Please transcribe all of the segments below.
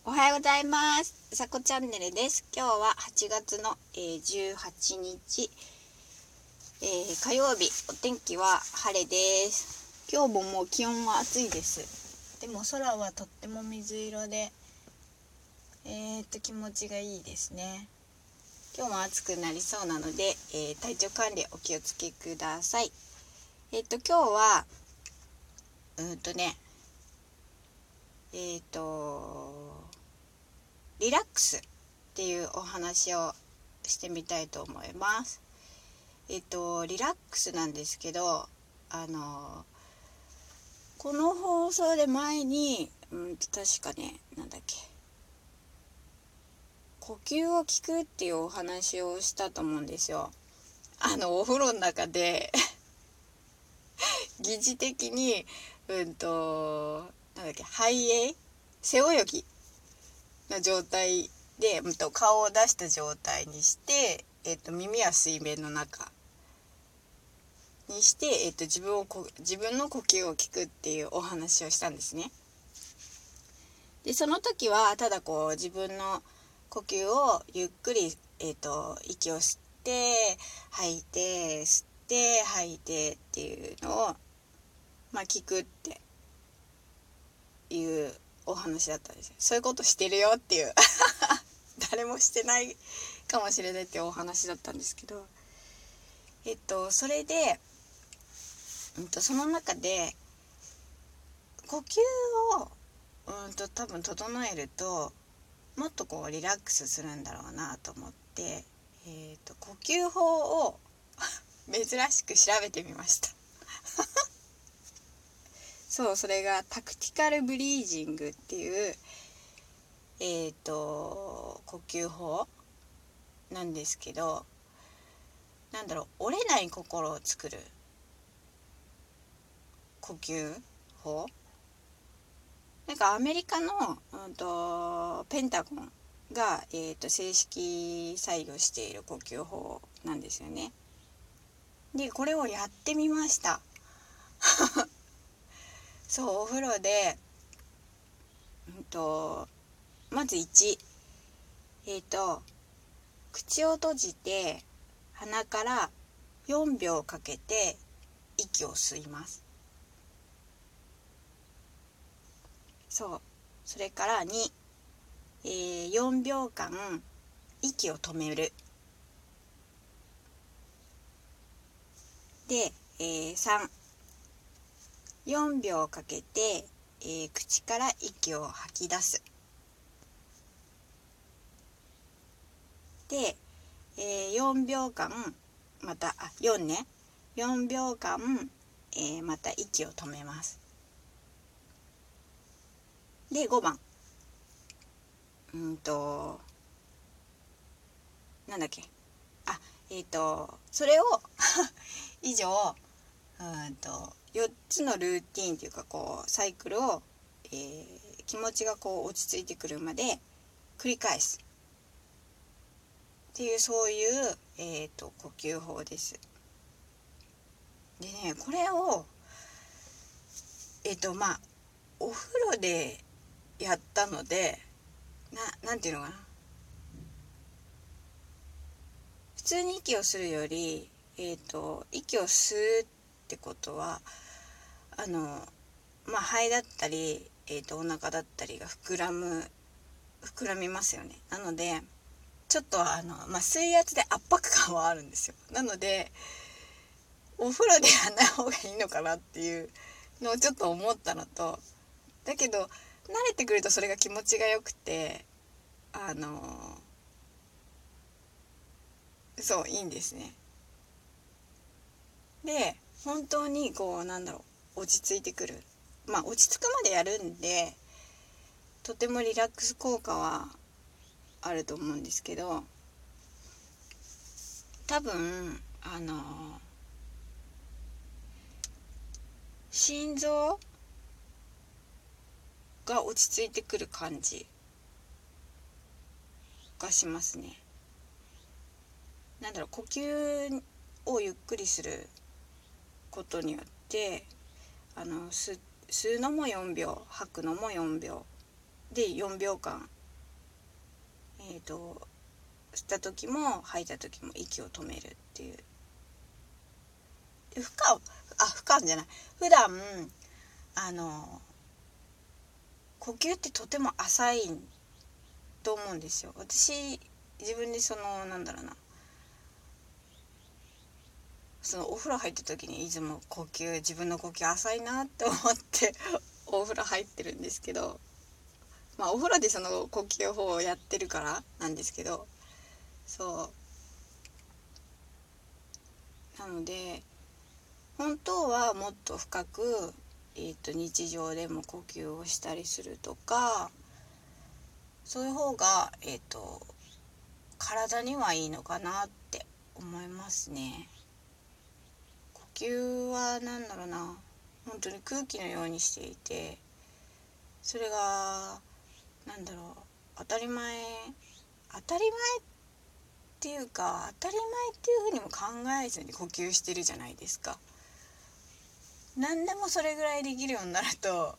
おはようございます。さこチャンネルです。今日は8月の18日、火曜日。お天気は晴れです。今日ももう気温は暑いです。でも空はとっても水色で、気持ちがいいですね。今日も暑くなりそうなので、体調管理お気をつけください。今日はリラックスっていうお話をしてみたいと思います。リラックスなんですけど、この放送で前に、確かね、呼吸を聞くっていうお話をしたと思うんですよ。お風呂の中で疑似的に、背泳背泳ぎの状態で、顔を出した状態にして、耳は水面の中にして、自分の呼吸を聞くっていうお話をしたんですね。で、その時はただ自分の呼吸をゆっくり、息を吸って吐いて吸って吐いてっていうのを聞くっていうお話だったんですよ。そういうことしてるよっていう誰もしてないかもしれないっていうお話だったんですけど、それで、その中で呼吸を多分整えるともっとリラックスするんだろうなと思って、呼吸法を珍しく調べてみました。それがタクティカルブリージングっていう、呼吸法なんですけど、折れない心を作る呼吸法。アメリカの、ペンタゴンが、正式採用している呼吸法なんですよね。で、これをやってみました。お風呂で、まず1、口を閉じて鼻から4秒かけて息を吸います。それから2、4秒間息を止める。で、3、4秒かけて、口から息を吐き出す。で、4秒間また4ね4秒間、また息を止めます。で、5番それを以上4つのルーティンというかサイクルを、気持ちが落ち着いてくるまで繰り返すっていう、そういう、呼吸法です。でね、これをお風呂でやったので、なんていうのかな、普通に息をするより、息を吸うってことは肺だったり、お腹だったりが膨らみますよね。なのでちょっと水圧で圧迫感はあるんですよ。なのでお風呂でやんない方がいいのかなっていうのをちょっと思ったのと、だけど慣れてくるとそれが気持ちがよくて、いいんですね。で、本当に落ち着いてくる。落ち着くまでやるんで、とてもリラックス効果はあると思うんですけど、多分心臓が落ち着いてくる感じがしますね。呼吸をゆっくりすることによって吸うのも4秒吐くのも4秒で4秒間吸った時も吐いた時も息を止めるっていう。で普段じゃない、普段呼吸ってとても浅いと思うんですよ。私自分でお風呂入った時にいつも自分の呼吸浅いなって思ってお風呂入ってるんですけど、お風呂でその呼吸法をやってるからなんですけど、なので本当はもっと深く、日常でも呼吸をしたりするとか、そういう方が、体にはいいのかなって思いますね。呼吸は本当に空気のようにしていて、それが当たり前っていうか、当たり前っていうふうにも考えずに呼吸してるじゃないですか。何でもそれぐらいできるようになると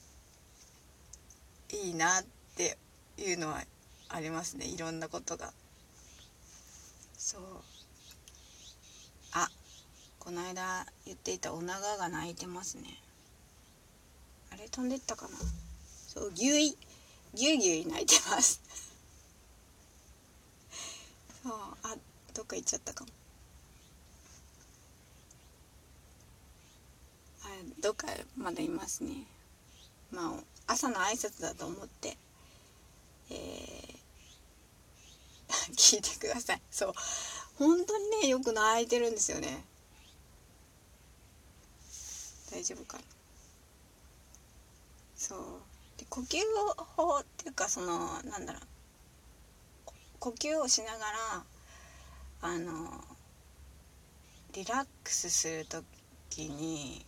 いいなっていうのはありますね。いろんなことが。この間言っていたお腹が鳴いてますね。あれ飛んでったかな。ギュイ鳴いてますどっか行っちゃったかも。どっかまだいますね。朝の挨拶だと思って、聞いてください。本当にね、よく泣いてるんですよね。大丈夫かな。で呼吸法っていうか、呼吸をしながらリラックスする時に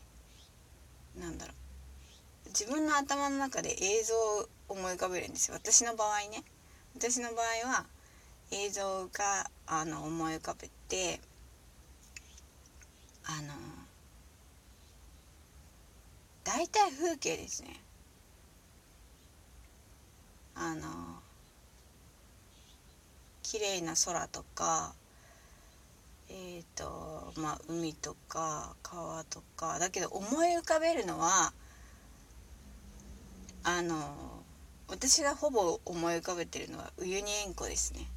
自分の頭の中で映像を思い浮かべるんですよ。私の場合は映像が思い浮かべて、大体風景ですね。綺麗な空とか、海とか川とかだけど、思い浮かべるのは私がほぼ思い浮かべてるのはウユニ塩湖ですね。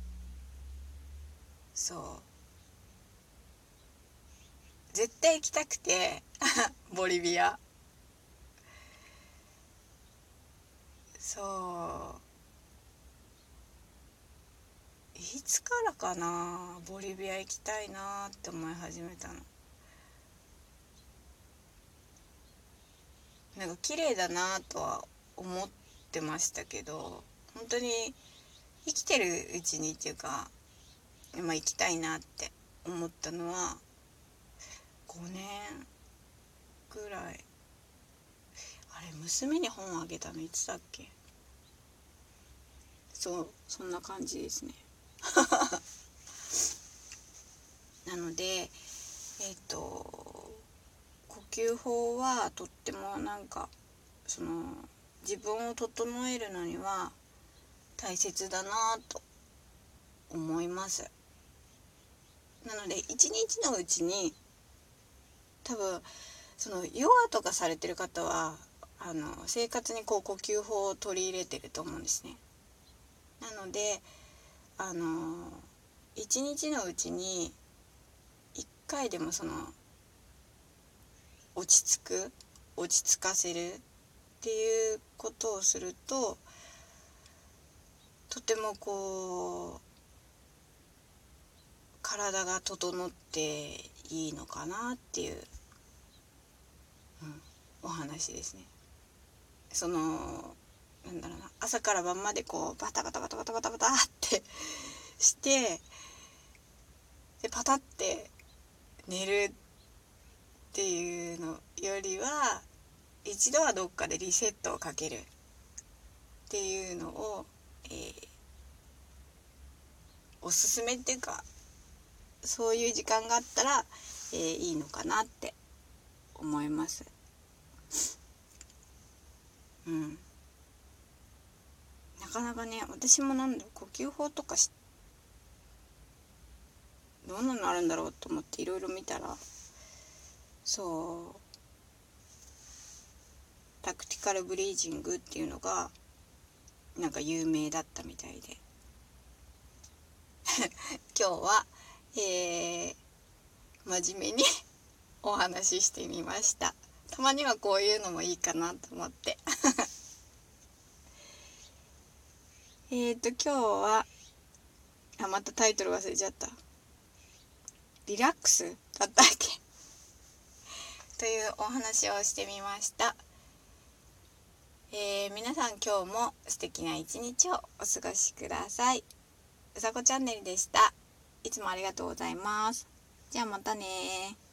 絶対行きたくてボリビア。いつからかな、ボリビア行きたいなって思い始めたの。綺麗だなとは思ってましたけど、本当に生きてるうちにっていうか、行きたいなって思ったのは5年ぐらい。娘に本をあげたのいつだっけ。そんな感じですねなので呼吸法はとっても自分を整えるのには大切だなと思います。なので一日のうちに多分ヨガとかされてる方は生活に呼吸法を取り入れてると思うんですね。なので一日のうちに一回でも落ち着かせるっていうことをすると、とても体が整っていいのかなっていう、お話ですね。朝から晩までバタバタバタバタバタバタってしてでパタって寝るっていうのよりは、一度はどっかでリセットをかけるっていうのを、おすすめっていうか、そういう時間があったら、いいのかなって思います。 かなかね、私も呼吸法とかどんなのあるんだろうと思っていろいろ見たら、そうタクティカルブリージングっていうのがなんか有名だったみたいで今日は、真面目にお話ししてみました。たまにはこういうのもいいかなと思って今日はまたタイトル忘れちゃった。リラックスだったっけというお話をしてみました。皆さん今日も素敵な一日をお過ごしください。うさこチャンネルでした。いつもありがとうございます。じゃあまたね。